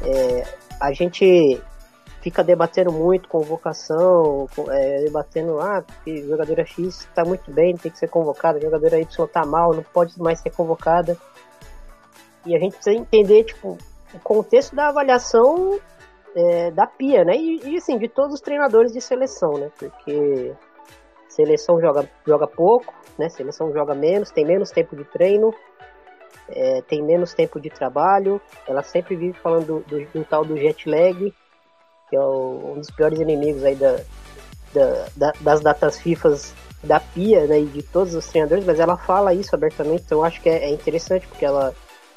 A gente fica debatendo muito convocação, debatendo, porque a jogadora X está muito bem, tem que ser convocada, a jogadora Y está mal, não pode mais ser convocada. E a gente precisa entender, tipo, o contexto da avaliação da PIA, né? E assim, de todos os treinadores de seleção, né? Porque seleção joga pouco, né? Seleção joga menos, tem menos tempo de treino, tem menos tempo de trabalho. Ela sempre vive falando do tal do jet lag, que é um dos piores inimigos aí das datas FIFAs da PIA, né? E de todos os treinadores, mas ela fala isso abertamente, então eu acho que é interessante, porque ela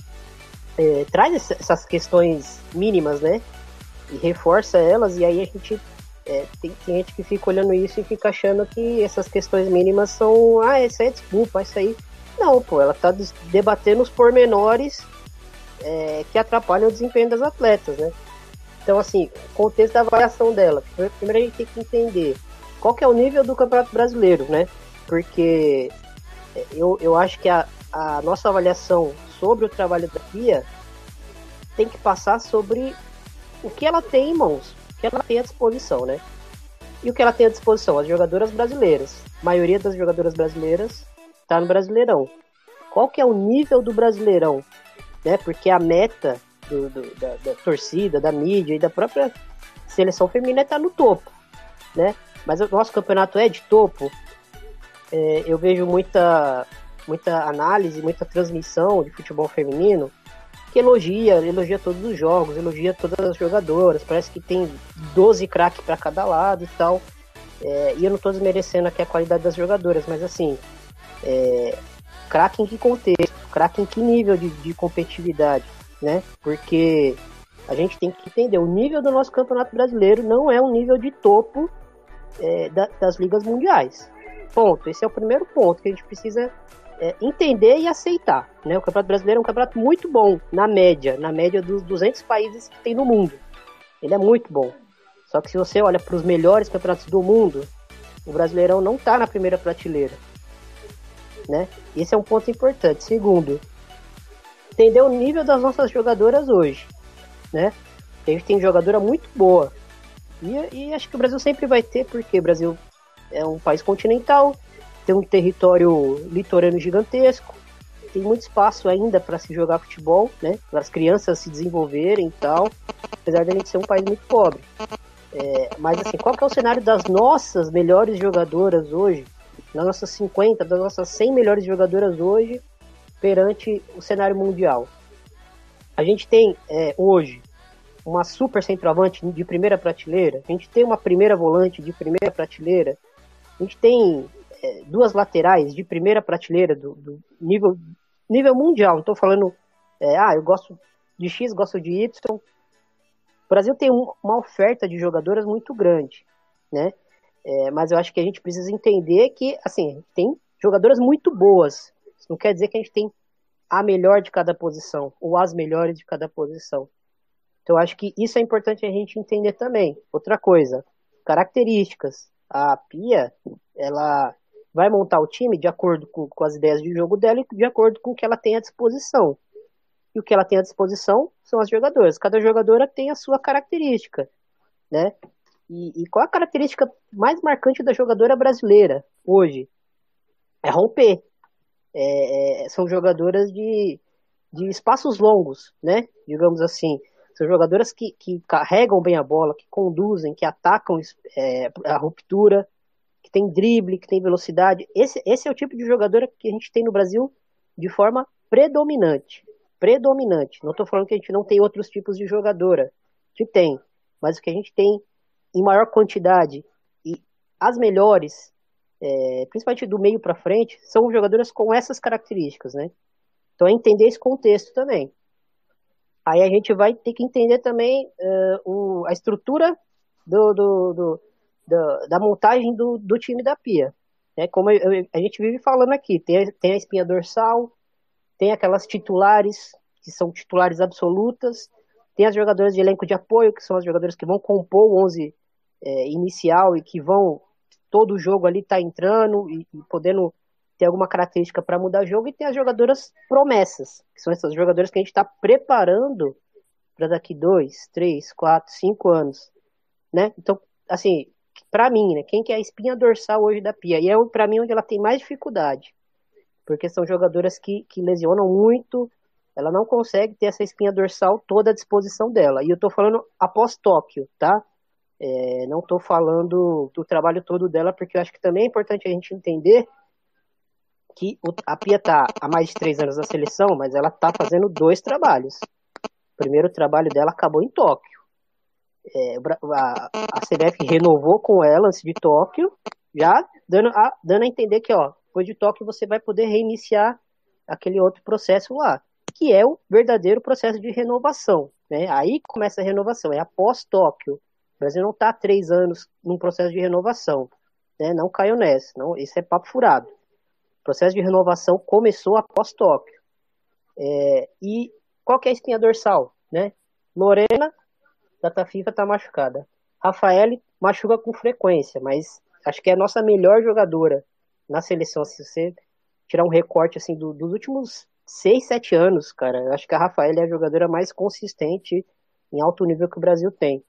traz essas questões mínimas, né? E reforça elas, e aí a gente tem gente que fica olhando isso e fica achando que essas questões mínimas são, essa é desculpa, isso aí. Não, pô, ela tá debatendo os pormenores que atrapalham o desempenho das atletas, né? Então, assim, o contexto da avaliação dela. Primeiro a gente tem que entender qual que é o nível do Campeonato Brasileiro, né? Porque eu acho que a nossa avaliação sobre o trabalho da Pia tem que passar sobre o que ela tem em mãos, o que ela tem à disposição, né? E o que ela tem à disposição? As jogadoras brasileiras. A maioria das jogadoras brasileiras está no Brasileirão. Qual que é o nível do Brasileirão? Né? Porque a meta da torcida, da mídia e da própria seleção feminina está no topo, né? Mas o nosso campeonato é de topo. Eu vejo muita análise, muita transmissão de futebol feminino que elogia todos os jogos, elogia todas as jogadoras, parece que tem 12 craques para cada lado e tal, e eu não estou desmerecendo aqui a qualidade das jogadoras, mas assim, craque em que contexto, craque em que nível de competitividade, né? Porque a gente tem que entender, o nível do nosso campeonato brasileiro não é um nível de topo das ligas mundiais. Ponto. Esse é o primeiro ponto que a gente precisa entender e aceitar, né? O Campeonato Brasileiro é um campeonato muito bom, na média dos 200 países que tem no mundo. Ele é muito bom. Só que se você olha para os melhores campeonatos do mundo, o Brasileirão não está na primeira prateleira, né? Esse é um ponto importante. Segundo, entender o nível das nossas jogadoras hoje, né? A gente tem jogadora muito boa. E acho que o Brasil sempre vai ter, porque o Brasil é um país continental, tem um território litorâneo gigantesco, tem muito espaço ainda para se jogar futebol, né? Para as crianças se desenvolverem e tal, apesar de a gente ser um país muito pobre. Mas assim, qual que é o cenário das nossas melhores jogadoras hoje, das nossas 50, das nossas 100 melhores jogadoras hoje, perante o cenário mundial? A gente tem hoje uma super centroavante de primeira prateleira, a gente tem uma primeira volante de primeira prateleira, a gente tem duas laterais de primeira prateleira do nível mundial. Não estou falando, eu gosto de X, gosto de Y. O Brasil tem uma oferta de jogadoras muito grande, né? Mas eu acho que a gente precisa entender que, assim, tem jogadoras muito boas. Isso não quer dizer que a gente tem a melhor de cada posição, ou as melhores de cada posição. Então eu acho que isso é importante a gente entender também. Outra coisa, características. A Pia, ela vai montar o time de acordo com as ideias de jogo dela e de acordo com o que ela tem à disposição. E o que ela tem à disposição são as jogadoras. Cada jogadora tem a sua característica, né? E qual a característica mais marcante da jogadora brasileira hoje? É romper. São jogadoras de espaços longos, né? Digamos assim. São jogadoras que carregam bem a bola, que conduzem, que atacam a ruptura, que tem drible, que tem velocidade. Esse é o tipo de jogadora que a gente tem no Brasil de forma predominante. Predominante. Não estou falando que a gente não tem outros tipos de jogadora. A gente tem. Mas o que a gente tem em maior quantidade e as melhores, principalmente do meio para frente, são jogadoras com essas características, né? Então é entender esse contexto também. Aí a gente vai ter que entender também a estrutura da montagem do time da Pia. Como a gente vive falando aqui, tem a espinha dorsal, tem aquelas titulares, que são titulares absolutas, tem as jogadoras de elenco de apoio, que são as jogadoras que vão compor o 11 inicial e que vão, todo o jogo ali tá entrando e podendo ter alguma característica para mudar o jogo, e tem as jogadoras promessas, que são essas jogadoras que a gente está preparando para daqui 2, 3, 4, 5 anos, né? Então, assim, para mim, né, quem que é a espinha dorsal hoje da Pia? E é para mim onde ela tem mais dificuldade, porque são jogadoras que lesionam muito, ela não consegue ter essa espinha dorsal toda à disposição dela. E eu tô falando após Tóquio, tá? Não tô falando do trabalho todo dela, porque eu acho que também é importante a gente entender que a Pia tá há mais de 3 anos na seleção, mas ela tá fazendo 2 trabalhos. O primeiro trabalho dela acabou em Tóquio. A CBF renovou com ela antes de Tóquio, já dando a entender que, ó, depois de Tóquio você vai poder reiniciar aquele outro processo lá, que é o verdadeiro processo de renovação, né? Aí começa a renovação, é após Tóquio. O Brasil não está há 3 anos num processo de renovação, né? Não caiu nessa, não, isso é papo furado. O processo de renovação começou após Tóquio. E qual que é a espinha dorsal, né? Lorena, data FIFA, tá machucada. Rafaele machuca com frequência, mas acho que é a nossa melhor jogadora na seleção. Se você tirar um recorte assim dos últimos 6, 7 anos, cara, eu acho que a Rafaele é a jogadora mais consistente em alto nível que o Brasil tem.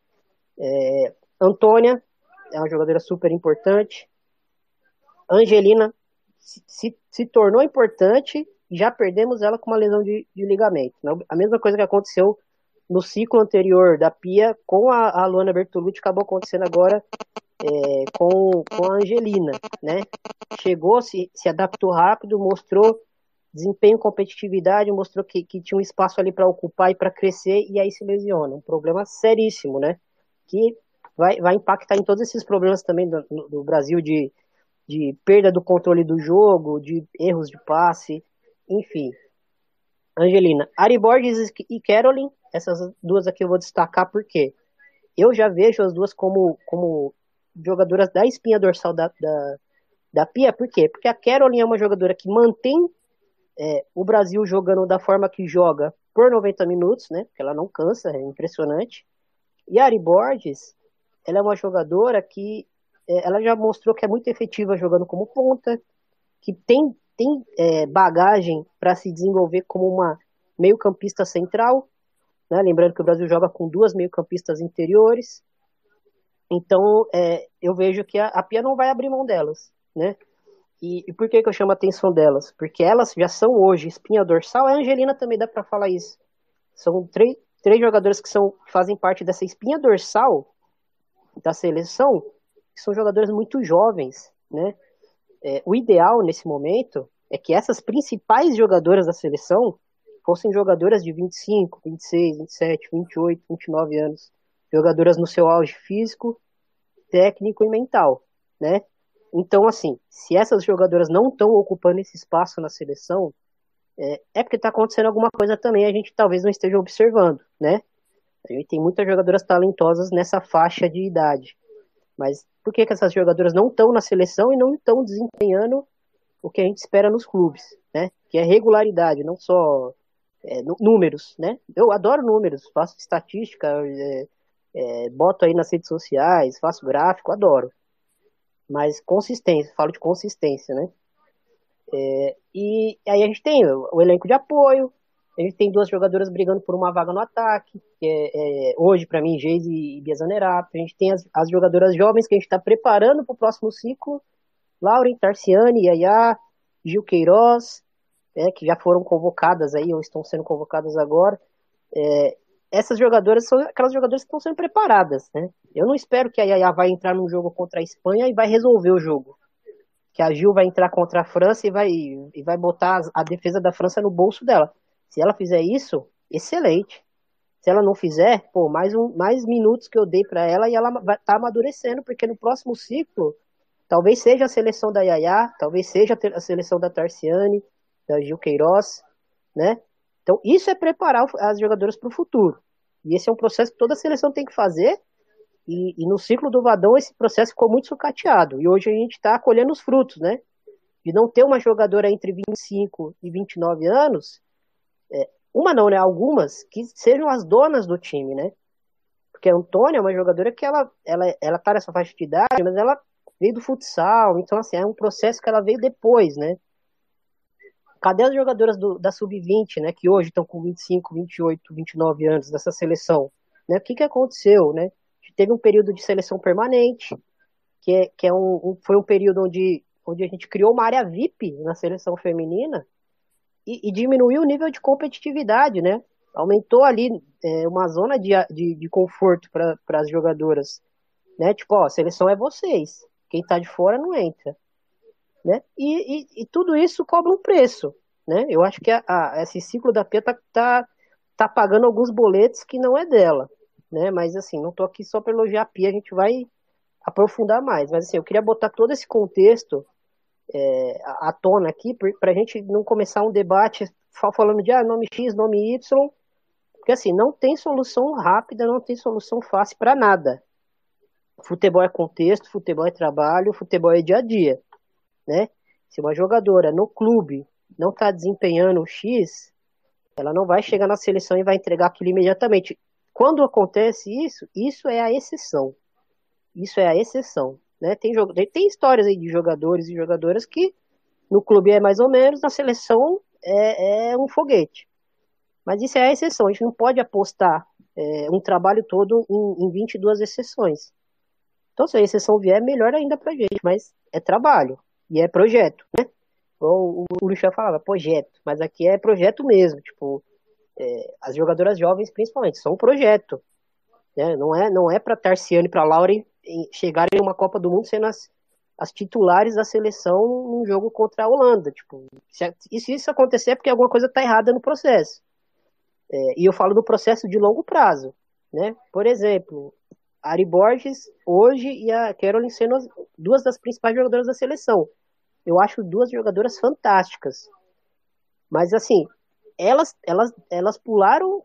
Antônia é uma jogadora super importante. Angelina se tornou importante e já perdemos ela com uma lesão de ligamento. A mesma coisa que aconteceu no ciclo anterior da Pia com a Luana Bertolucci, acabou acontecendo agora com a Angelina, né? Chegou, se adaptou rápido, mostrou desempenho, competitividade, mostrou que tinha um espaço ali para ocupar e para crescer, e aí se lesiona. Um problema seríssimo, né? Que vai impactar em todos esses problemas também do Brasil de perda do controle do jogo, de erros de passe, enfim. Angelina, Ari Borges e Caroline, essas duas aqui eu vou destacar porque eu já vejo as duas como jogadoras da espinha dorsal da Pia. Por quê? Porque a Caroline é uma jogadora que mantém o Brasil jogando da forma que joga por 90 minutos, né? Porque ela não cansa, é impressionante. E a Ari Borges, ela é uma jogadora que ela já mostrou que é muito efetiva jogando como ponta, que tem bagagem para se desenvolver como uma meio-campista central, né? Lembrando que o Brasil joga com 2 meio-campistas interiores. Então, eu vejo que a Pia não vai abrir mão delas, né? E por que eu chamo a atenção delas? Porque elas já são hoje espinha dorsal. A Angelina também dá para falar isso. São três jogadores que fazem parte dessa espinha dorsal da seleção, que são jogadores muito jovens, né? O ideal nesse momento é que essas principais jogadoras da seleção fossem jogadoras de 25, 26, 27, 28, 29 anos. Jogadoras no seu auge físico, técnico e mental, né? Então, assim, se essas jogadoras não estão ocupando esse espaço na seleção, porque está acontecendo alguma coisa também, a gente talvez não esteja observando, né? A gente tem muitas jogadoras talentosas nessa faixa de idade. Mas por que essas jogadoras não estão na seleção e não estão desempenhando o que a gente espera nos clubes, né? Que é regularidade, não só números, né? Eu adoro números, faço estatística, boto aí nas redes sociais, faço gráfico, adoro. Mas consistência, falo de consistência, né? E aí a gente tem o elenco de apoio, a gente tem 2 jogadoras brigando por uma vaga no ataque, que hoje, para mim, Geise e Bia Zanerato. A gente tem as jogadoras jovens que a gente está preparando para o próximo ciclo, Lauren, Tarciane, Yaya, Gil Queiroz, que já foram convocadas aí, ou estão sendo convocadas agora. Essas jogadoras são aquelas jogadoras que estão sendo preparadas, né? Eu não espero que a Yaya vai entrar num jogo contra a Espanha e vai resolver o jogo. Que a Gil vai entrar contra a França e vai botar a defesa da França no bolso dela. Se ela fizer isso, excelente. Se ela não fizer, mais minutos que eu dei para ela e ela vai estar amadurecendo, porque no próximo ciclo, talvez seja a seleção da Yaya, talvez seja a seleção da Tarciane, da Gil Queiroz, né? Então, isso é preparar as jogadoras para o futuro. E esse é um processo que toda a seleção tem que fazer. E no ciclo do Vadão, esse processo ficou muito sucateado. E hoje a gente está colhendo os frutos, né? De não ter uma jogadora entre 25 e 29 anos, uma não, né? Algumas que sejam as donas do time, né? Porque a Antônia é uma jogadora que ela tá nessa faixa de idade, mas ela veio do futsal. Então, assim, é um processo que ela veio depois, né? cadê as jogadoras da Sub-20, né, que hoje estão com 25, 28, 29 anos dessa seleção? Né? O que aconteceu? Né? Teve um período de seleção permanente, foi um período onde a gente criou uma área VIP na seleção feminina e diminuiu o nível de competitividade, né? Aumentou ali uma zona de conforto para as jogadoras, né? Tipo, ó, a seleção é vocês, quem tá de fora não entra, né? E tudo isso cobra um preço, né? Eu acho que esse ciclo da Pia tá pagando alguns boletos que não é dela, né? Mas assim, não tô aqui só para elogiar a Pia, a gente vai aprofundar mais, mas assim, eu queria botar todo esse contexto à tona aqui, para a gente não começar um debate falando de nome X, nome Y, porque assim, não tem solução rápida, não tem solução fácil para nada. Futebol é contexto, futebol é trabalho, futebol é dia a dia, né? Se uma jogadora no clube não está desempenhando o X, ela não vai chegar na seleção e vai entregar aquilo imediatamente. Quando acontece isso, isso é a exceção. Isso é a exceção. Né? Tem histórias aí de jogadores e jogadoras que no clube é mais ou menos, na seleção é um foguete. Mas isso é a exceção. A gente não pode apostar um trabalho todo em 22 exceções. Então, se a exceção vier, melhor ainda pra gente. Mas é trabalho e é projeto, né? O Luciano falava projeto, mas aqui é projeto mesmo. Tipo, as jogadoras jovens, principalmente, são um projeto. Né? Não é para Tarciane e para Lauren chegarem em uma Copa do Mundo sendo as titulares da seleção num jogo contra a Holanda. Tipo, se isso acontecer é porque alguma coisa está errada no processo. E eu falo do processo de longo prazo. Né? Por exemplo, a Ari Borges hoje e a Caroline sendo duas das principais jogadoras da seleção. Eu acho duas jogadoras fantásticas. Mas assim, elas pularam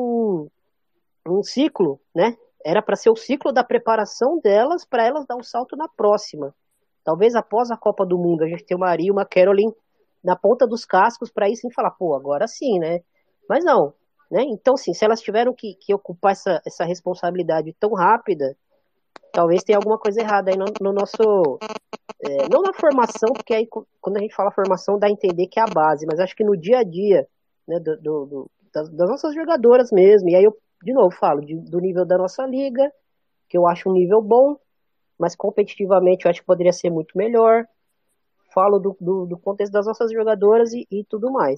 um ciclo, né? Era para ser o ciclo da preparação delas para elas dar um salto na próxima. Talvez após a Copa do Mundo a gente tenha uma Ari e uma Caroline na ponta dos cascos para ir sim falar, pô, agora sim, né? Mas não, né? Então, sim, se elas tiveram que ocupar essa responsabilidade tão rápida, talvez tenha alguma coisa errada aí no nosso... não na formação, porque aí quando a gente fala formação dá a entender que é a base, mas acho que no dia a dia, né, das nossas jogadoras mesmo, e aí eu de novo falo do nível da nossa liga, que eu acho um nível bom, mas competitivamente eu acho que poderia ser muito melhor. Falo do contexto das nossas jogadoras e tudo mais.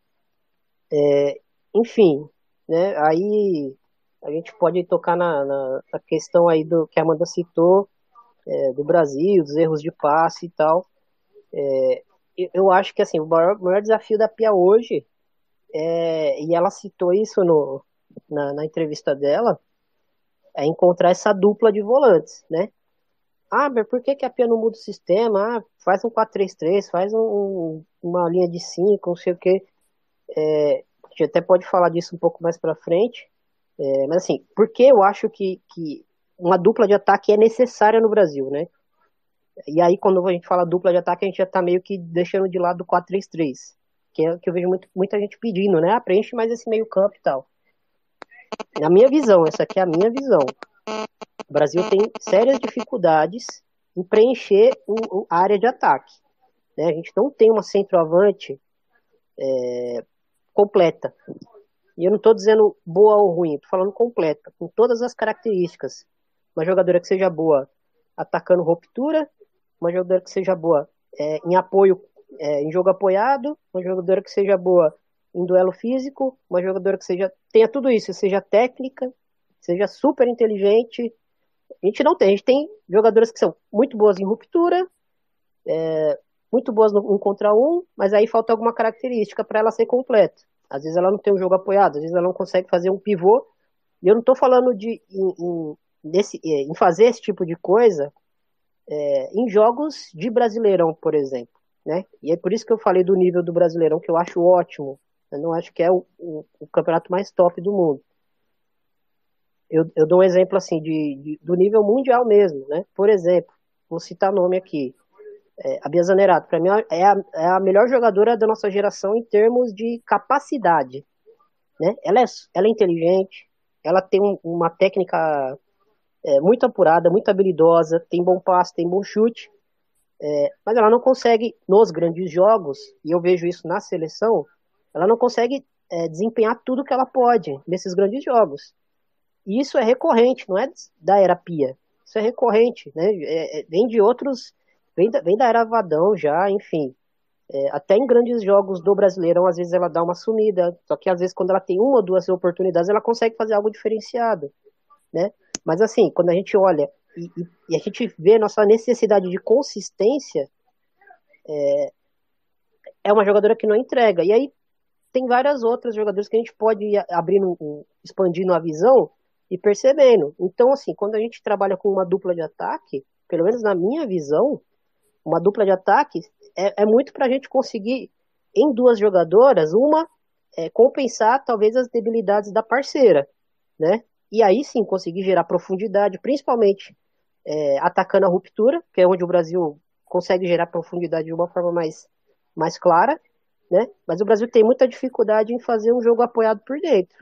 Enfim, né, aí a gente pode tocar na questão aí do que a Amanda citou, do Brasil, dos erros de passe e tal. Eu acho que assim, o maior desafio da Pia hoje, e ela citou isso na entrevista dela, é encontrar essa dupla de volantes, né? Mas por que a Pia não muda o sistema? Faz um 4-3-3, faz uma linha de 5, não sei o quê. A gente até pode falar disso um pouco mais pra frente. Mas assim, por que eu acho que uma dupla de ataque é necessária no Brasil, né? E aí, quando a gente fala dupla de ataque, a gente já tá meio que deixando de lado o 4-3-3, que é que eu vejo muita gente pedindo, né? Preenche mais esse meio campo e tal. Na minha visão, essa aqui é a minha visão. O Brasil tem sérias dificuldades em preencher a área de ataque. Né? A gente não tem uma centroavante completa. E eu não estou dizendo boa ou ruim, estou falando completa, com todas as características. Uma jogadora que seja boa atacando ruptura, uma jogadora que seja boa em apoio, em jogo apoiado, uma jogadora que seja boa em duelo físico, uma jogadora que tenha tudo isso, seja técnica, seja super inteligente. A gente tem jogadoras que são muito boas em ruptura, muito boas no 1 contra 1, mas aí falta alguma característica para ela ser completa. Às vezes ela não tem um jogo apoiado, às vezes ela não consegue fazer um pivô, e eu não estou falando em fazer esse tipo de coisa em jogos de Brasileirão, por exemplo. Né? E é por isso que eu falei do nível do Brasileirão, que eu acho ótimo. Eu não acho que é o campeonato mais top do mundo. Eu dou um exemplo assim do nível mundial mesmo, né? Por exemplo, vou citar nome aqui. A Bia Zanerato, para mim, é a melhor jogadora da nossa geração em termos de capacidade. Né? Ela é inteligente, ela tem uma técnica muito apurada, muito habilidosa, tem bom passe, tem bom chute. Mas ela não consegue, nos grandes jogos, e eu vejo isso na seleção, ela não consegue desempenhar tudo que ela pode nesses grandes jogos. E isso é recorrente, não é da era Pia. Isso é recorrente, né? Vem de outros, vem da era Vadão já, enfim. Até em grandes jogos do Brasileirão, às vezes ela dá uma sumida, só que às vezes quando ela tem uma ou duas oportunidades, ela consegue fazer algo diferenciado, né? Mas assim, quando a gente olha e a gente vê nossa necessidade de consistência, é uma jogadora que não entrega. E aí tem várias outras jogadoras que a gente pode ir abrindo, expandindo a visão e percebendo. Então, assim, quando a gente trabalha com uma dupla de ataque, pelo menos na minha visão, uma dupla de ataque é muito para a gente conseguir, em duas jogadoras, uma compensar talvez as debilidades da parceira, né? E aí sim conseguir gerar profundidade, principalmente atacando a ruptura, que é onde o Brasil consegue gerar profundidade de uma forma mais clara, né? Mas o Brasil tem muita dificuldade em fazer um jogo apoiado por dentro.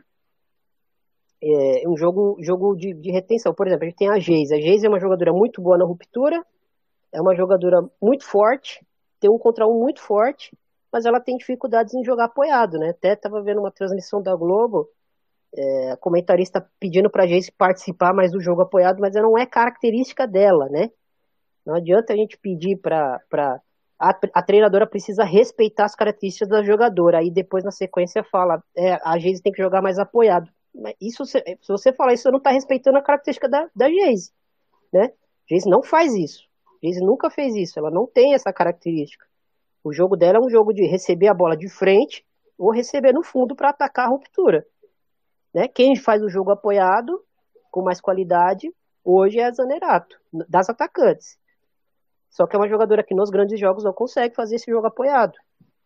Um jogo de retenção. Por exemplo, a gente tem a Geise. A Geise é uma jogadora muito boa na ruptura, é uma jogadora muito forte, tem um contra um muito forte, mas ela tem dificuldades em jogar apoiado, né? Até estava vendo uma transmissão da Globo, a comentarista pedindo para a Geise participar mais do jogo apoiado, mas não é característica dela, né? Não adianta a gente pedir para a treinadora precisa respeitar as características da jogadora. Aí depois na sequência fala, a Geise tem que jogar mais apoiado. Mas isso, se você falar isso, você não está respeitando a característica da Geise, né? Geise não faz isso. Geise nunca fez isso. Ela não tem essa característica. O jogo dela é um jogo de receber a bola de frente ou receber no fundo para atacar a ruptura, né? Quem faz o jogo apoiado com mais qualidade hoje é a Zanerato, das atacantes. Só que é uma jogadora que nos grandes jogos não consegue fazer esse jogo apoiado.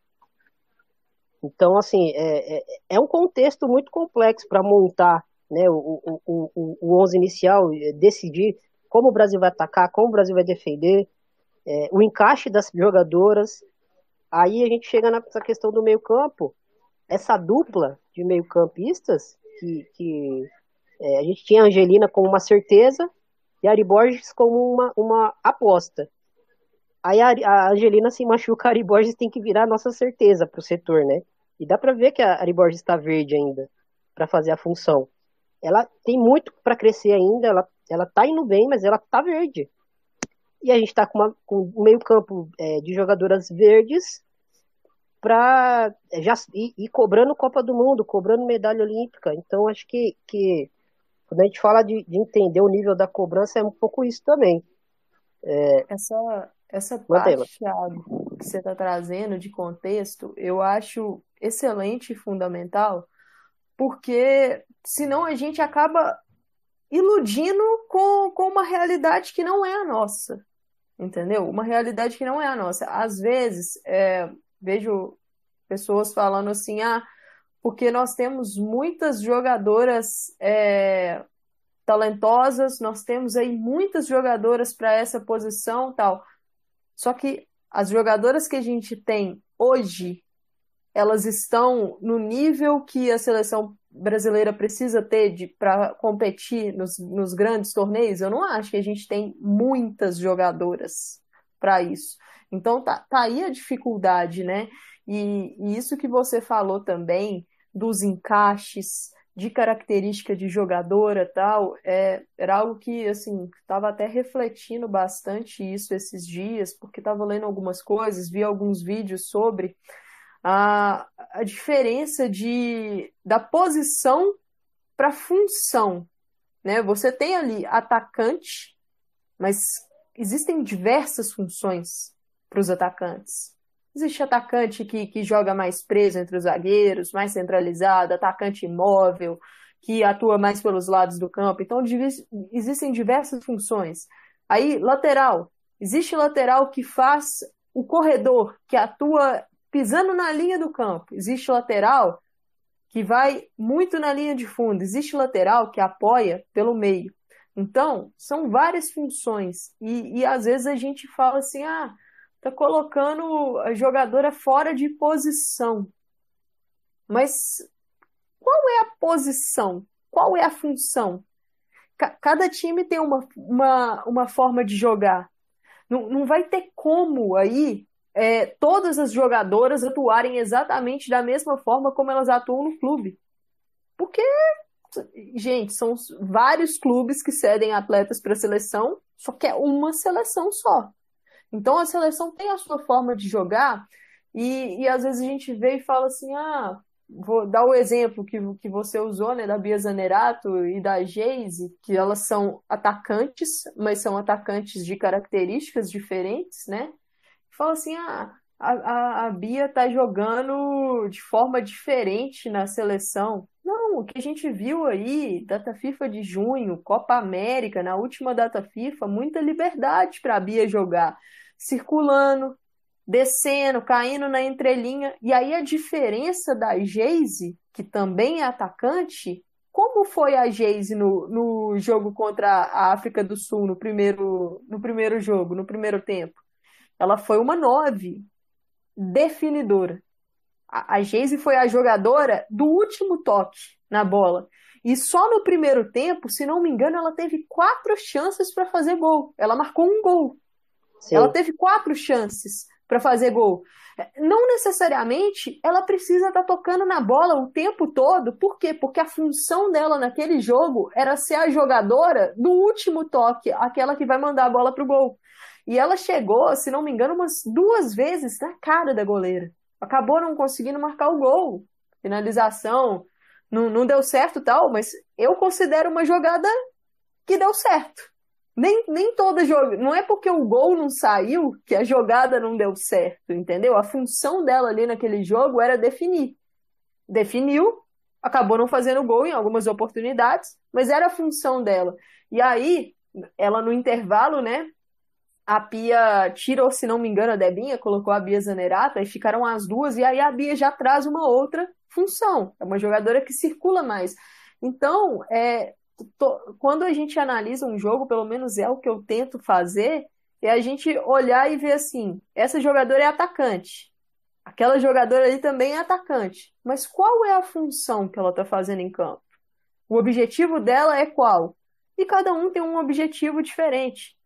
Então, assim, é um contexto muito complexo para montar, né, o 11 inicial, decidir como o Brasil vai atacar, como o Brasil vai defender, o encaixe das jogadoras. Aí a gente chega nessa questão do meio-campo, essa dupla de meio-campistas, que a gente tinha a Angelina como uma certeza e a Ari Borges como uma aposta. Aí a Angelina se machuca, a Ari Borges tem que virar a nossa certeza pro setor, né? E dá pra ver que a Ari Borges está verde ainda para fazer a função. Ela tem muito para crescer ainda, ela tá indo bem, mas ela tá verde. E a gente tá com um meio campo de jogadoras verdes para já ir cobrando Copa do Mundo, cobrando medalha olímpica. Então acho que quando a gente fala de entender o nível da cobrança é um pouco isso também. Essa Mantém. parte, Thiago, que você está trazendo de contexto, eu acho excelente e fundamental, porque senão a gente acaba iludindo com uma realidade que não é a nossa, entendeu? Uma realidade que não é a nossa. Às vezes, vejo pessoas falando assim, porque nós temos muitas jogadoras talentosas, nós temos aí muitas jogadoras para essa posição, tal. Só que as jogadoras que a gente tem hoje, elas estão no nível que a seleção brasileira precisa ter para competir nos grandes torneios. Eu não acho que a gente tem muitas jogadoras para isso. Então tá aí a dificuldade, né? E isso que você falou também dos encaixes, de característica de jogadora tal, era algo que, assim, estava até refletindo bastante isso esses dias, porque estava lendo algumas coisas, vi alguns vídeos sobre a diferença da posição para função, né? Você tem ali atacante, mas existem diversas funções para os atacantes. Existe atacante que joga mais preso entre os zagueiros, mais centralizado, atacante imóvel, que atua mais pelos lados do campo. Então, existem diversas funções. Aí, lateral. Existe lateral que faz o corredor, que atua pisando na linha do campo. Existe lateral que vai muito na linha de fundo. Existe lateral que apoia pelo meio. Então, são várias funções. E às vezes a gente fala assim, tá colocando a jogadora fora de posição. Mas qual é a posição? Qual é a função? Cada time tem uma forma de jogar. Não vai ter como aí todas as jogadoras atuarem exatamente da mesma forma como elas atuam no clube. Porque, gente, são vários clubes que cedem atletas para a seleção, só que é uma seleção só. Então a seleção tem a sua forma de jogar e às vezes a gente vê e fala assim, vou dar o exemplo que você usou, né, da Bia Zanerato e da Geise, que elas são atacantes, mas são atacantes de características diferentes, né? Fala assim, a Bia tá jogando de forma diferente na seleção. Não, o que a gente viu aí, data FIFA de junho, Copa América, na última data FIFA, muita liberdade para a Bia jogar, circulando, descendo, caindo na entrelinha. E aí a diferença da Geise, que também é atacante, como foi a Geise no jogo contra a África do Sul, no primeiro jogo, no primeiro tempo? Ela foi uma 9 definidora. A Geise foi a jogadora do último toque na bola. E só no primeiro tempo, se não me engano, ela teve 4 chances para fazer gol. Ela marcou um gol. Sim. Ela teve 4 chances para fazer gol. Não necessariamente ela precisa estar tocando na bola o tempo todo. Por quê? Porque a função dela naquele jogo era ser a jogadora do último toque, aquela que vai mandar a bola para o gol. E ela chegou, se não me engano, umas 2 vezes na cara da goleira. Acabou não conseguindo marcar o gol. Finalização não deu certo tal, mas eu considero uma jogada que deu certo. Nem toda jogada. Não é porque o gol não saiu que a jogada não deu certo, entendeu? A função dela ali naquele jogo era definir. Definiu, acabou não fazendo gol em algumas oportunidades, mas era a função dela. E aí, ela no intervalo, né? A Pia tirou, se não me engano, a Debinha, colocou a Bia Zanerato, e ficaram as duas, e aí a Bia já traz uma outra função. É uma jogadora que circula mais. Então, quando a gente analisa um jogo, pelo menos é o que eu tento fazer, é a gente olhar e ver assim, essa jogadora é atacante, aquela jogadora ali também é atacante, mas qual é a função que ela está fazendo em campo? O objetivo dela é qual? E cada um tem um objetivo diferente.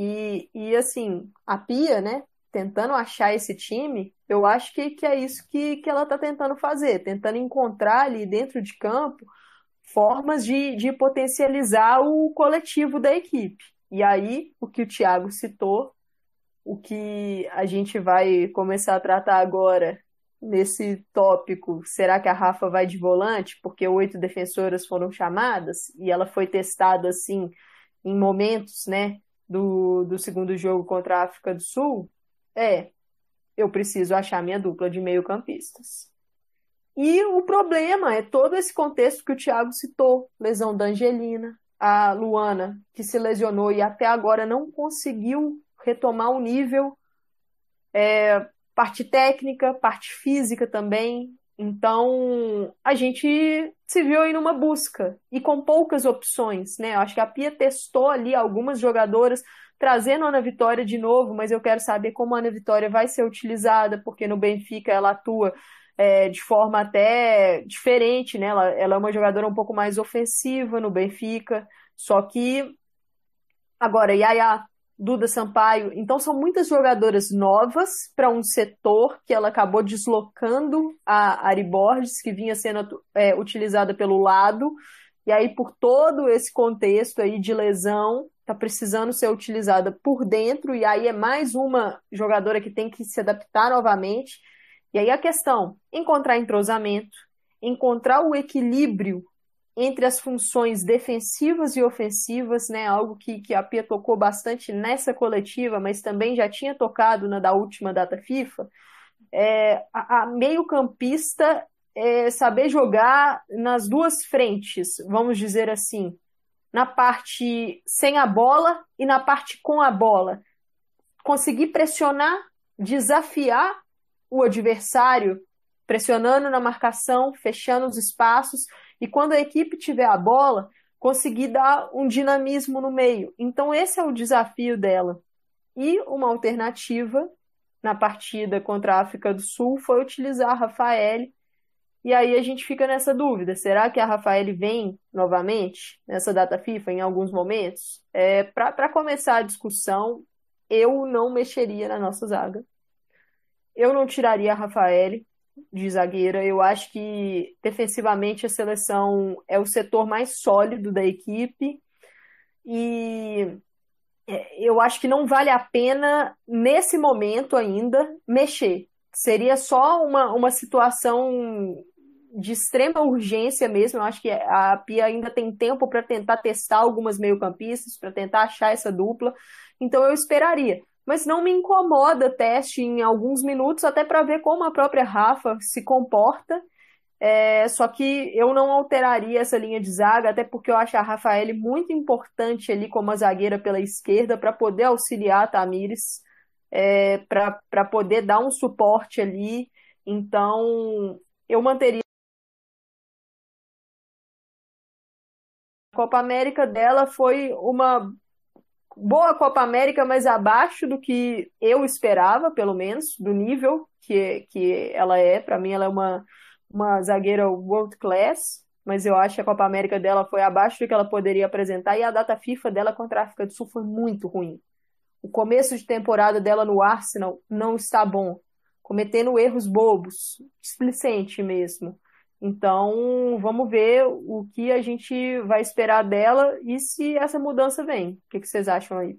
E assim, a Pia, né, tentando achar esse time, eu acho que é isso que ela está tentando fazer, tentando encontrar ali dentro de campo formas de potencializar o coletivo da equipe. E aí, o que o Thiago citou, o que a gente vai começar a tratar agora nesse tópico, será que a Rafa vai de volante? Porque 8 defensoras foram chamadas e ela foi testada assim em momentos, né, do segundo jogo contra a África do Sul. Eu preciso achar minha dupla de meio-campistas. E o problema é todo esse contexto que o Thiago citou, lesão da Angelina, a Luana, que se lesionou e até agora não conseguiu retomar o nível, parte técnica, parte física também. Então, a gente se viu aí numa busca e com poucas opções, né? Eu acho que a Pia testou ali algumas jogadoras, trazendo a Ana Vitória de novo, mas eu quero saber como a Ana Vitória vai ser utilizada, porque no Benfica ela atua de forma até diferente, né? Ela é uma jogadora um pouco mais ofensiva no Benfica, só que agora Yaya, Duda Sampaio, então são muitas jogadoras novas para um setor que ela acabou deslocando a Ari Borges, que vinha sendo utilizada pelo lado, e aí por todo esse contexto aí de lesão, está precisando ser utilizada por dentro, e aí é mais uma jogadora que tem que se adaptar novamente. E aí a questão, encontrar entrosamento, encontrar o equilíbrio entre as funções defensivas e ofensivas, né? Algo que a Pia tocou bastante nessa coletiva, mas também já tinha tocado na da última data FIFA. A meio-campista saber jogar nas duas frentes, vamos dizer assim, na parte sem a bola e na parte com a bola. Conseguir pressionar, desafiar o adversário, pressionando na marcação, fechando os espaços, e quando a equipe tiver a bola, conseguir dar um dinamismo no meio. Então esse é o desafio dela. E uma alternativa na partida contra a África do Sul foi utilizar a Rafaele, e aí a gente fica nessa dúvida, será que a Rafaele vem novamente nessa data FIFA em alguns momentos? Para começar a discussão, eu não mexeria na nossa zaga. Eu não tiraria a Rafaele de zagueira. Eu acho que defensivamente a seleção é o setor mais sólido da equipe e eu acho que não vale a pena, nesse momento ainda, mexer. Seria só uma situação de extrema urgência mesmo. Eu acho que a Pia ainda tem tempo para tentar testar algumas meio-campistas, para tentar achar essa dupla. Então eu esperaria. Mas não me incomoda teste em alguns minutos, até para ver como a própria Rafa se comporta. Só que eu não alteraria essa linha de zaga, até porque eu acho a Rafaele muito importante ali como a zagueira pela esquerda para poder auxiliar a Tamires, para poder dar um suporte ali. Então, eu manteria a Copa América dela. Foi uma boa Copa América, mas abaixo do que eu esperava, pelo menos, do nível que ela é. Para mim, ela é uma zagueira world class, mas eu acho que a Copa América dela foi abaixo do que ela poderia apresentar, e a data FIFA dela contra a África do Sul foi muito ruim. O começo de temporada dela no Arsenal não está bom, cometendo erros bobos, displicente mesmo. Então, vamos ver o que a gente vai esperar dela e se essa mudança vem. O que vocês acham aí?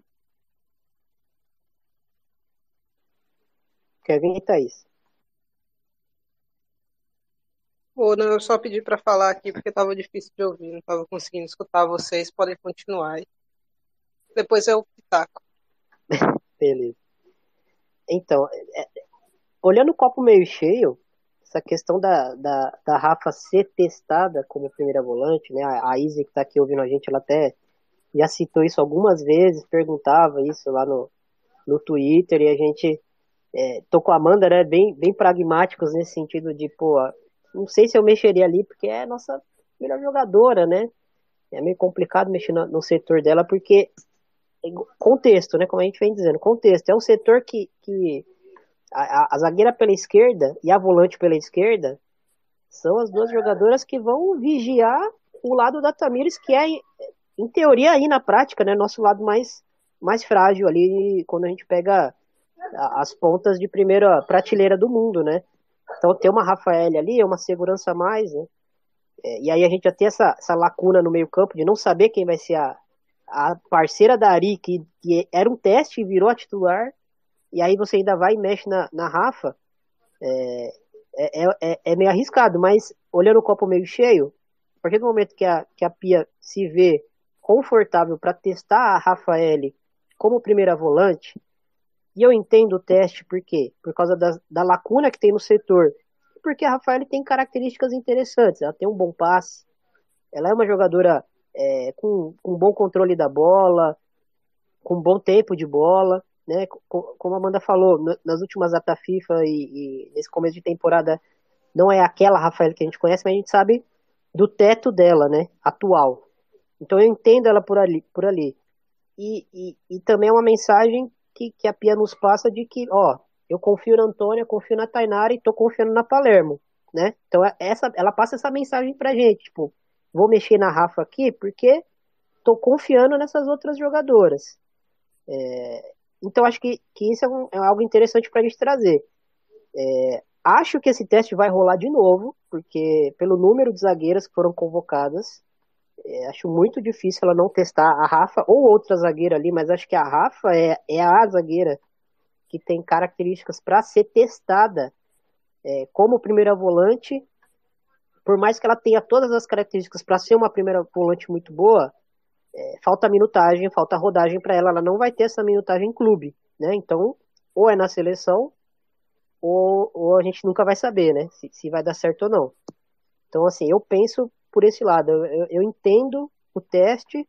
Kevin e Thaís. Ou não, eu só pedi para falar aqui porque estava difícil de ouvir, não estava conseguindo escutar vocês. Podem continuar aí. Depois eu pitaco. Beleza. Então, olhando o copo meio cheio, essa questão da Rafa ser testada como primeira volante, né? A Izzy que está aqui ouvindo a gente, ela até já citou isso algumas vezes, perguntava isso lá no Twitter, e a gente tô com a Amanda, né? Bem pragmáticos nesse sentido de, pô, não sei se eu mexeria ali, porque é a nossa melhor jogadora, né? É meio complicado mexer no setor dela, porque contexto, né? Como a gente vem dizendo, contexto. É um setor que a zagueira pela esquerda e a volante pela esquerda são as duas jogadoras que vão vigiar o lado da Tamires, que é, em teoria, aí na prática, né? Nosso lado mais frágil ali, quando a gente pega as pontas de primeira prateleira do mundo, né? Então ter uma Rafael ali é uma segurança a mais, né? E aí a gente já tem essa lacuna no meio campo de não saber quem vai ser a parceira da Ari, que era um teste e virou a titular, e aí você ainda vai e mexe na Rafa. É meio arriscado, mas olhando o copo meio cheio, a partir do momento que a Pia se vê confortável para testar a Rafael como primeira volante, e eu entendo o teste, por quê? Por causa da lacuna que tem no setor, porque a Rafael tem características interessantes, ela tem um bom passe, ela é uma jogadora com bom controle da bola, com bom tempo de bola, né? Como a Amanda falou, nas últimas data FIFA e nesse começo de temporada, não é aquela Rafael que a gente conhece, mas a gente sabe do teto dela, né? Atual. Então eu entendo ela por ali. E também é uma mensagem que a Pia nos passa de que, ó, eu confio na Antônia, confio na Tainara e tô confiando na Palermo, né? Então ela passa essa mensagem pra gente, tipo, vou mexer na Rafa aqui porque tô confiando nessas outras jogadoras. Então acho que isso é algo interessante pra gente trazer. Acho que esse teste vai rolar de novo, porque pelo número de zagueiras que foram convocadas, acho muito difícil ela não testar a Rafa ou outra zagueira ali, mas acho que a Rafa é a zagueira que tem características para ser testada como primeira volante. Por mais que ela tenha todas as características para ser uma primeira volante muito boa, falta minutagem, falta rodagem para ela. Ela não vai ter essa minutagem em clube, né? Então, ou é na seleção, ou a gente nunca vai saber, né? Se vai dar certo ou não. Então, assim, eu penso por esse lado. Eu entendo o teste.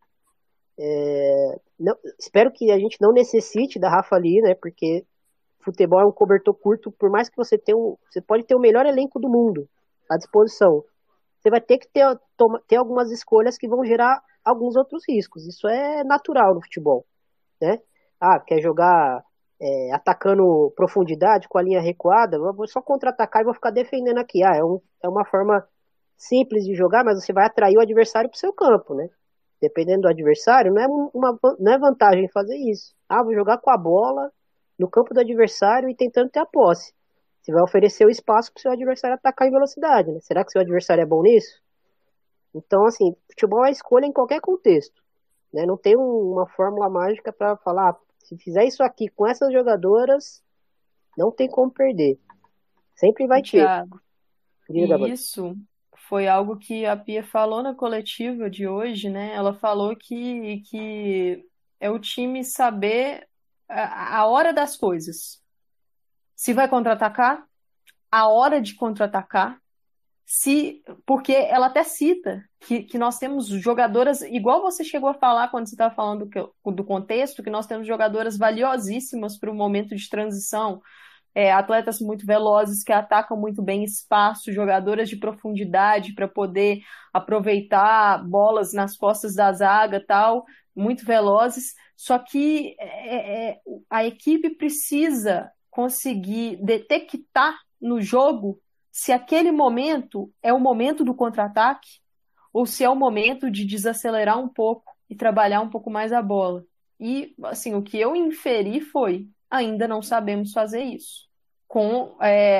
Espero que a gente não necessite da Rafa ali, né? Porque futebol é um cobertor curto. Por mais que você tenha você pode ter o melhor elenco do mundo à disposição. Você vai ter que ter algumas escolhas que vão gerar alguns outros riscos. Isso é natural no futebol, né? Quer jogar atacando profundidade com a linha recuada? Eu vou só contra-atacar e vou ficar defendendo aqui. É uma forma simples de jogar, mas você vai atrair o adversário para o seu campo, né? dependendo do adversário, não é vantagem fazer isso. Ah, vou jogar com a bola no campo do adversário e tentando ter a posse. Você vai oferecer o espaço para o seu adversário atacar em velocidade, né? Será que seu adversário é bom nisso? Então, assim, futebol é escolha em qualquer contexto, né? Não tem uma fórmula mágica para falar, se fizer isso aqui com essas jogadoras, não tem como perder. Sempre vai ter. Thiago, Diga, e mano. isso foi algo que a Pia falou na coletiva de hoje, né? Ela falou que é o time saber a hora das coisas. Se vai contra-atacar, a hora de contra-atacar, se porque ela até cita que nós temos jogadoras, igual você chegou a falar quando você estava falando do contexto, que nós temos jogadoras valiosíssimas para o momento de transição, atletas muito velozes que atacam muito bem espaço, jogadoras de profundidade para poder aproveitar bolas nas costas da zaga, tal, muito velozes. Só que a equipe precisa conseguir detectar no jogo se aquele momento é o momento do contra-ataque ou se é o momento de desacelerar um pouco e trabalhar um pouco mais a bola. E, assim, o que eu inferi foi, ainda não sabemos fazer isso. Com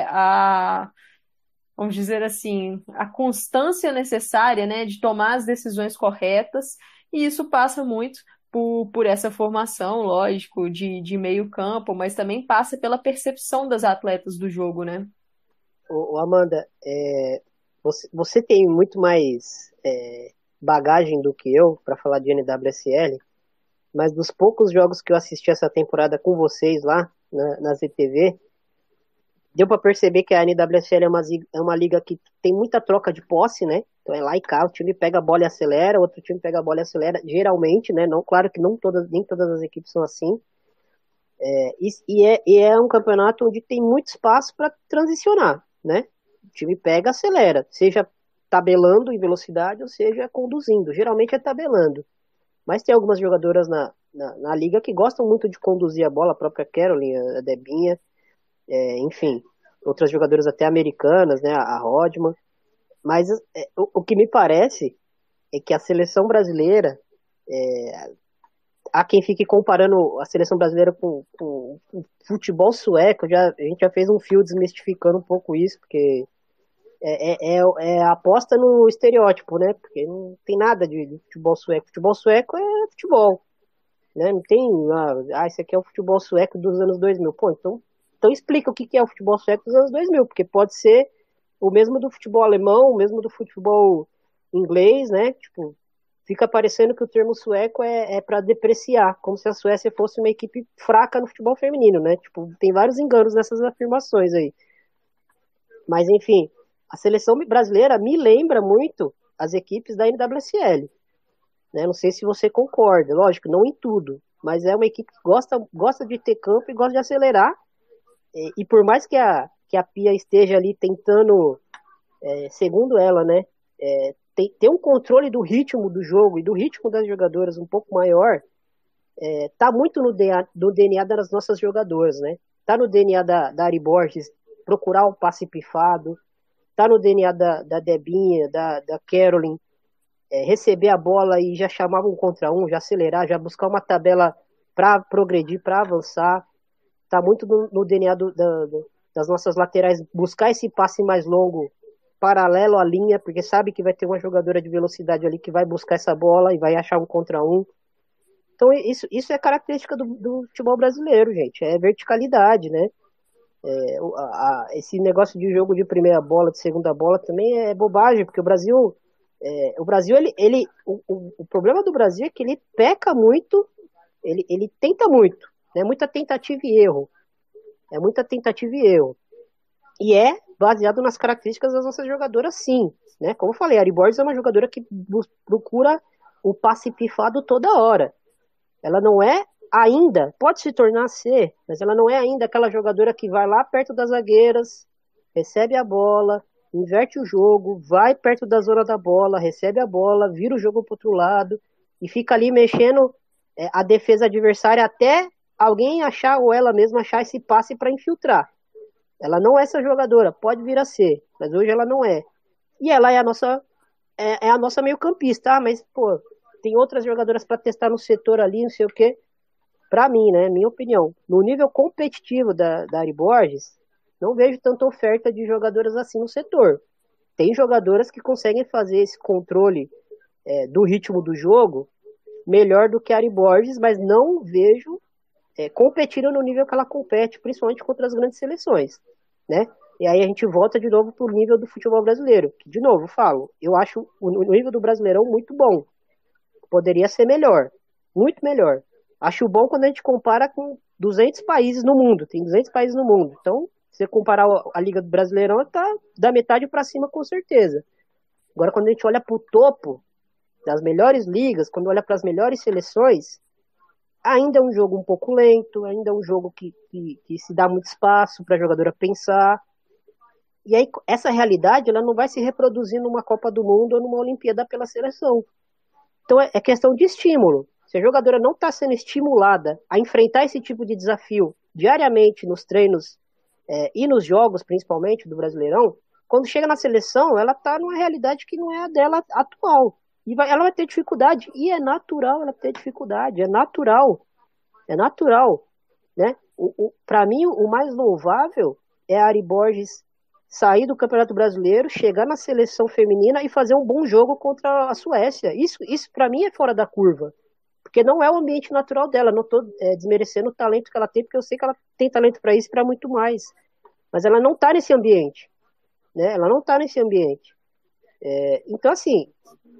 vamos dizer assim, a constância necessária, né, de tomar as decisões corretas, e isso passa muito por essa formação, lógico, de meio campo, mas também passa pela percepção das atletas do jogo, né? Amanda, você tem muito mais bagagem do que eu para falar de NWSL, mas dos poucos jogos que eu assisti essa temporada com vocês lá na ZTV, deu para perceber que a NWSL é uma liga que tem muita troca de posse, né? Então é lá e cá, o time pega a bola e acelera, outro time pega a bola e acelera, geralmente, né? Não, claro que nem todas as equipes são assim. E é um campeonato onde tem muito espaço para transicionar, né? O time pega, acelera, seja tabelando em velocidade ou seja conduzindo. Geralmente é tabelando. Mas tem algumas jogadoras na liga que gostam muito de conduzir a bola, a própria Caroline, a Debinha, enfim, outras jogadoras até americanas, né? A Rodman. Mas o que me parece é que a seleção brasileira, há quem fique comparando a seleção brasileira com o futebol sueco. A gente já fez um fio desmistificando um pouco isso, porque é aposta no estereótipo, né? Porque não tem nada de futebol sueco. Futebol sueco é futebol, né? Não tem, esse aqui é o futebol sueco dos anos 2000. Pô, então explica o que é o futebol sueco dos anos 2000, porque pode ser o mesmo do futebol alemão, o mesmo do futebol inglês, né? Tipo, fica parecendo que o termo sueco é para depreciar, como se a Suécia fosse uma equipe fraca no futebol feminino, né? Tipo, tem vários enganos nessas afirmações aí. Mas, enfim, a seleção brasileira me lembra muito as equipes da NWSL. Né? Não sei se você concorda, lógico, não em tudo, mas é uma equipe que gosta de ter campo e gosta de acelerar. E por mais que a Pia esteja ali tentando, segundo ela, né, ter um controle do ritmo do jogo e do ritmo das jogadoras um pouco maior, tá muito no DNA das nossas jogadoras, né? Tá no DNA da Ari Borges procurar um passe pifado, tá no DNA da Debinha, da Caroline, receber a bola e já chamar um contra um, já acelerar, já buscar uma tabela para progredir, para avançar. Tá muito no DNA das nossas laterais, buscar esse passe mais longo, paralelo à linha, porque sabe que vai ter uma jogadora de velocidade ali que vai buscar essa bola e vai achar um contra um. Então isso é característica do futebol brasileiro, gente, é verticalidade, né? Esse negócio de jogo de primeira bola, de segunda bola também é bobagem, porque o Brasil, o problema do Brasil é que ele peca muito, ele tenta muito, né? Muita tentativa e erro. É muita tentativa e erro. E é baseado nas características das nossas jogadoras, sim. Né? Como eu falei, a Ari Borges é uma jogadora que procura o passe pifado toda hora. Ela não é ainda, pode se tornar a ser, mas ela não é ainda aquela jogadora que vai lá perto das zagueiras, recebe a bola, inverte o jogo, vai perto da zona da bola, recebe a bola, vira o jogo para outro lado e fica ali mexendo a defesa adversária até alguém achar ou ela mesma achar esse passe para infiltrar. Ela não é essa jogadora, pode vir a ser, mas hoje ela não é. E ela é a nossa meio-campista, mas pô, tem outras jogadoras para testar no setor ali, não sei o quê. Para mim, né, minha opinião, no nível competitivo da Ari Borges, não vejo tanta oferta de jogadoras assim no setor. Tem jogadoras que conseguem fazer esse controle do ritmo do jogo melhor do que a Ari Borges, mas não vejo competindo no nível que ela compete, principalmente contra as grandes seleções, né? E aí a gente volta de novo pro nível do futebol brasileiro, que, de novo, falo, eu acho o nível do Brasileirão muito bom. Poderia ser melhor, muito melhor. Acho bom quando a gente compara com 200 países no mundo, tem 200 países no mundo. Então, se você comparar a Liga do Brasileirão, tá da metade para cima com certeza. Agora, quando a gente olha pro topo das melhores ligas, quando olha para as melhores seleções, ainda é um jogo um pouco lento, ainda é um jogo que se dá muito espaço para a jogadora pensar. E aí, essa realidade, ela não vai se reproduzir numa Copa do Mundo ou numa Olimpíada pela seleção. Então, é questão de estímulo. Se a jogadora não está sendo estimulada a enfrentar esse tipo de desafio diariamente nos treinos e nos jogos, principalmente, do Brasileirão, quando chega na seleção, ela está numa realidade que não é a dela atual. E ela vai ter dificuldade. E é natural ela ter dificuldade. É natural. É natural. Né? Para mim, o mais louvável é a Ari Borges sair do Campeonato Brasileiro, chegar na seleção feminina e fazer um bom jogo contra a Suécia. Isso para mim é fora da curva. Porque não é o ambiente natural dela. Não estou desmerecendo o talento que ela tem, porque eu sei que ela tem talento para isso e para muito mais. Mas ela não está nesse ambiente. Né? Ela não está nesse ambiente. Então, assim,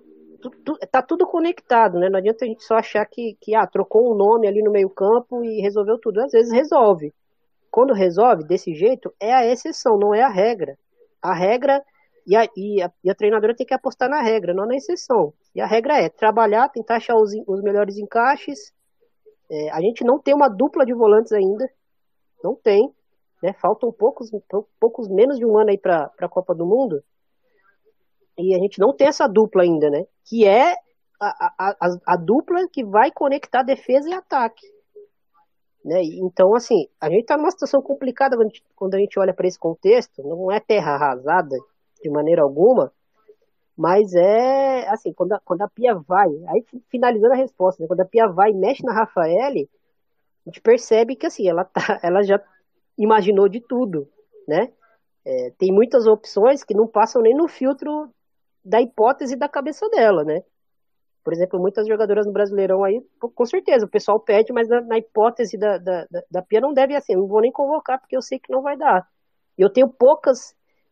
tá tudo conectado, né? Não adianta a gente só achar que trocou um nome ali no meio campo e resolveu tudo. Às vezes resolve. Quando resolve desse jeito, é a exceção, não é a regra. A regra e a treinadora tem que apostar na regra, não na exceção. E a regra é trabalhar, tentar achar os melhores encaixes. A gente não tem uma dupla de volantes ainda. Não tem. Né? Faltam poucos menos de um ano aí para a Copa do Mundo. E a gente não tem essa dupla ainda, né? Que é a dupla que vai conectar defesa e ataque. Né? Então, assim, a gente está numa situação complicada quando a gente olha para esse contexto. Não é terra arrasada de maneira alguma, mas é assim, quando a Pia vai, aí finalizando a resposta, né? Quando a Pia vai e mexe na Raffaele, a gente percebe que assim, ela já imaginou de tudo, né? Tem muitas opções que não passam nem no filtro da hipótese da cabeça dela, né? Por exemplo, muitas jogadoras no Brasileirão aí, com certeza, o pessoal pede, mas na hipótese da Pia não deve assim, não vou nem convocar porque eu sei que não vai dar. E eu tenho poucas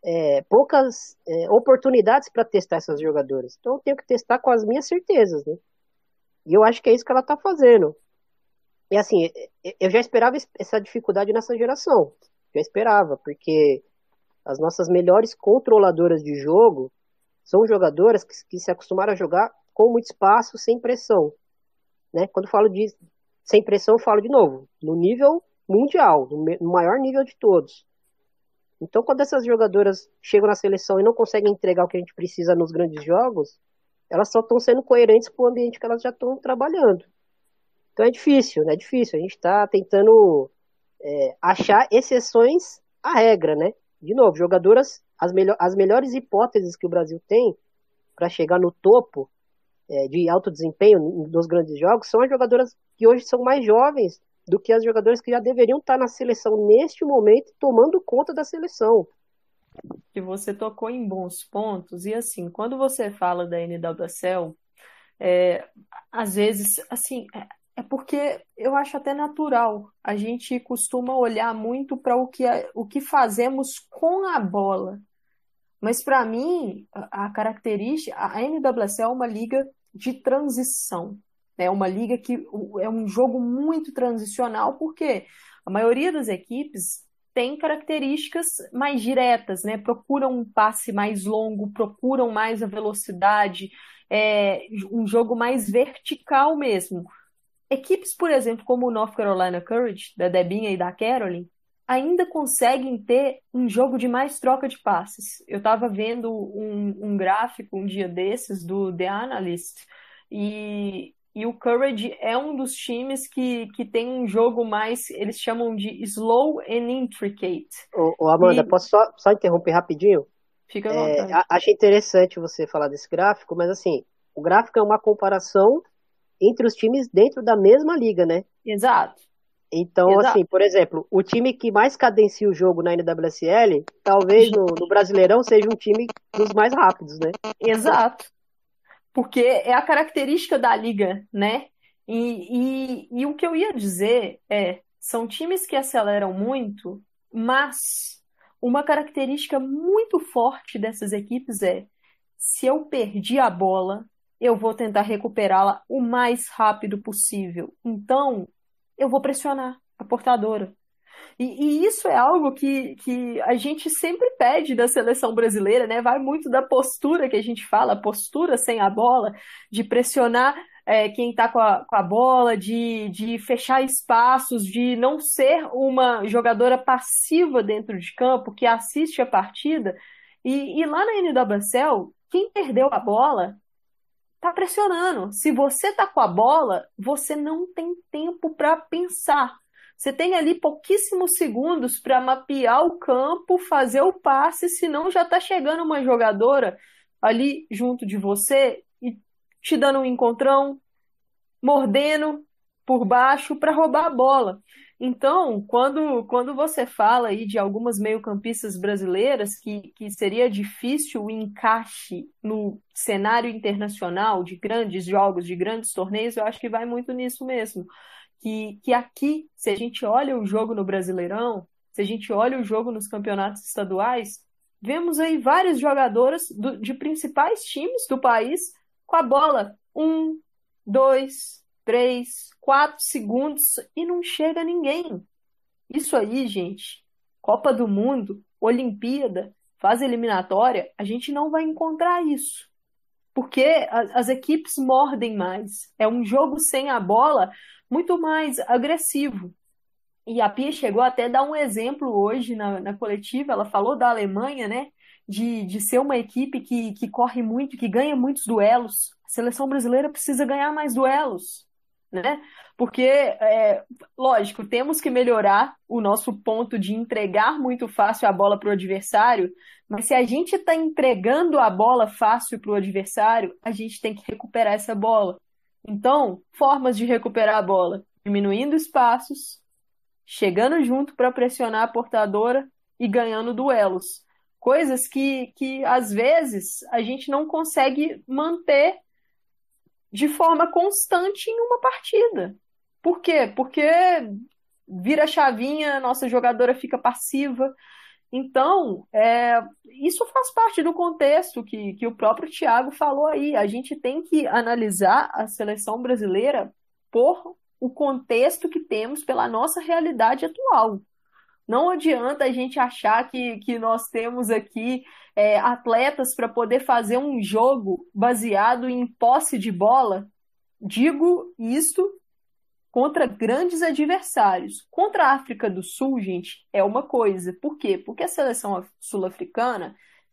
oportunidades para testar essas jogadoras. Então eu tenho que testar com as minhas certezas, né? E eu acho que é isso que ela está fazendo. E assim, eu já esperava essa dificuldade nessa geração. Já esperava, porque as nossas melhores controladoras de jogo são jogadoras que se acostumaram a jogar com muito espaço, sem pressão. Né? Quando falo de sem pressão, eu falo de novo, no nível mundial, no maior nível de todos. Então, quando essas jogadoras chegam na seleção e não conseguem entregar o que a gente precisa nos grandes jogos, elas só estão sendo coerentes com o ambiente que elas já estão trabalhando. Então é difícil, né? É difícil. A gente está tentando achar exceções à regra, né? De novo, jogadoras, as melhores hipóteses que o Brasil tem para chegar no topo de alto desempenho nos grandes jogos são as jogadoras que hoje são mais jovens do que as jogadoras que já deveriam estar na seleção neste momento, tomando conta da seleção. Que você tocou em bons pontos, e assim, quando você fala da NWSL, às vezes, assim, é porque eu acho até natural. A gente costuma olhar muito para o que fazemos com a bola. Mas para mim, a característica, a NWSL é uma liga de transição. É uma liga que é um jogo muito transicional, porque a maioria das equipes tem características mais diretas, né? Procuram um passe mais longo, procuram mais a velocidade, um jogo mais vertical mesmo. Equipes, por exemplo, como o North Carolina Courage, da Debinha e da Caroline, ainda conseguem ter um jogo de mais troca de passes. Eu estava vendo um gráfico um dia desses do The Analyst, e o Courage é um dos times que tem um jogo mais, eles chamam de slow and intricate. Ô Amanda, posso só interromper rapidinho? Fica à vontade. Achei interessante você falar desse gráfico, mas assim, O gráfico é uma comparação entre os times dentro da mesma liga, né? Exato. Então, Exato. assim, por exemplo, o time que mais cadencia o jogo na NWSL, talvez no Brasileirão seja um time dos mais rápidos, né? Exato. Porque é a característica da liga, né? E o que eu ia dizer são times que aceleram muito, mas uma característica muito forte dessas equipes se eu perdi a bola, eu vou tentar recuperá-la o mais rápido possível. Então, eu vou pressionar a portadora. E isso é algo que a gente sempre pede da seleção brasileira, né? Vai muito da postura que a gente fala, postura sem a bola, de pressionar quem está com a bola, de fechar espaços, de não ser uma jogadora passiva dentro de campo que assiste a partida. E lá na NWSL, quem perdeu a bola tá pressionando. Se você tá com a bola, você não tem tempo para pensar. Você tem ali pouquíssimos segundos para mapear o campo, fazer o passe, senão já tá chegando uma jogadora ali junto de você e te dando um encontrão, mordendo por baixo para roubar a bola. Então, quando você fala aí de algumas meio-campistas brasileiras que seria difícil o encaixe no cenário internacional de grandes jogos, de grandes torneios, eu acho que vai muito nisso mesmo. Que aqui, se a gente olha o jogo no Brasileirão, se a gente olha o jogo nos campeonatos estaduais, vemos aí várias jogadoras de principais times do país com a bola 1, 2, 3, 4 segundos e não chega ninguém. Isso aí, gente, Copa do Mundo, Olimpíada, fase eliminatória, a gente não vai encontrar isso. Porque as equipes mordem mais. É um jogo sem a bola muito mais agressivo. E a Pia chegou até a dar um exemplo hoje na coletiva, ela falou da Alemanha, né? De ser uma equipe que corre muito, que ganha muitos duelos. A seleção brasileira precisa ganhar mais duelos, né? Porque, lógico, temos que melhorar o nosso ponto de entregar muito fácil a bola para o adversário, mas se a gente está entregando a bola fácil para o adversário, a gente tem que recuperar essa bola. Então, formas de recuperar a bola: diminuindo espaços, chegando junto para pressionar a portadora e ganhando duelos. Coisas que às vezes, a gente não consegue manter de forma constante em uma partida. Por quê? Porque vira a chavinha, nossa jogadora fica passiva. Então, isso faz parte do contexto que o próprio Thiago falou aí. A gente tem que analisar a seleção brasileira por o contexto que temos, pela nossa realidade atual. Não adianta a gente achar que nós temos aqui atletas para poder fazer um jogo baseado em posse de bola. Digo isto contra grandes adversários. Contra a África do Sul, gente, é uma coisa. Por quê? Porque a seleção sul-africana,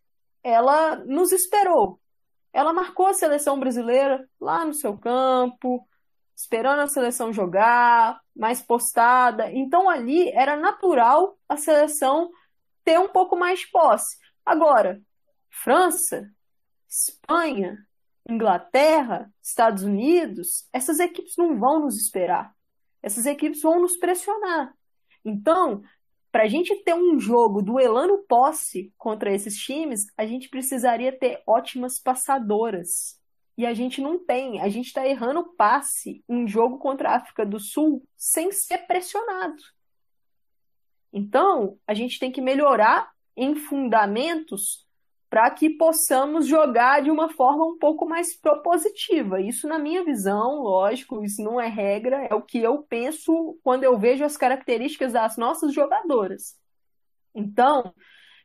ela nos esperou. Ela marcou a seleção brasileira lá no seu campo, esperando a seleção jogar, mais postada. Então ali era natural a seleção ter um pouco mais de posse. Agora, França, Espanha, Inglaterra, Estados Unidos, essas equipes não vão nos esperar. Essas equipes vão nos pressionar. Então, para a gente ter um jogo duelando posse contra esses times, a gente precisaria ter ótimas passadoras. E a gente não tem. A gente está errando passe em jogo contra a África do Sul sem ser pressionado. Então, a gente tem que melhorar em fundamentos para que possamos jogar de uma forma um pouco mais propositiva. Isso, na minha visão, lógico, isso não é regra, é o que eu penso quando eu vejo as características das nossas jogadoras. Então,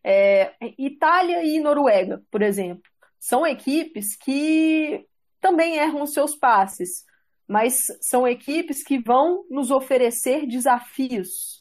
Itália e Noruega, por exemplo, são equipes que também erram os seus passes, mas são equipes que vão nos oferecer desafios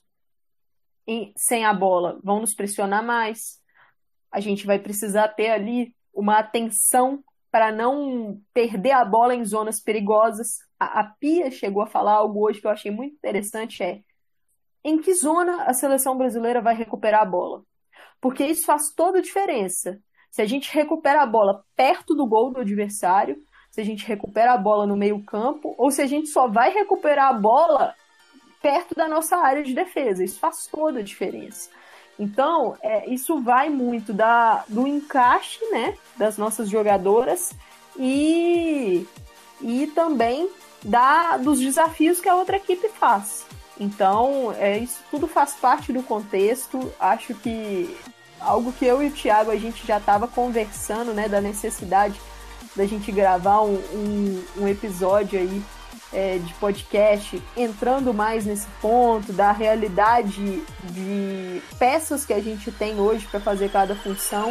sem a bola, vão nos pressionar mais. A gente vai precisar ter ali uma atenção para não perder a bola em zonas perigosas. A Pia chegou a falar algo hoje que eu achei muito interessante, em que zona a seleção brasileira vai recuperar a bola? Porque isso faz toda a diferença. Se a gente recupera a bola perto do gol do adversário, se a gente recupera a bola no meio-campo, ou se a gente só vai recuperar a bola perto da nossa área de defesa. Isso faz toda a diferença. Então, isso vai muito do encaixe, né, das nossas jogadoras e também dos desafios que a outra equipe faz. Então, isso tudo faz parte do contexto. Acho que algo que eu e o Thiago, a gente já estava conversando, né, da necessidade da gente gravar um episódio aí de podcast, entrando mais nesse ponto, da realidade de peças que a gente tem hoje para fazer cada função.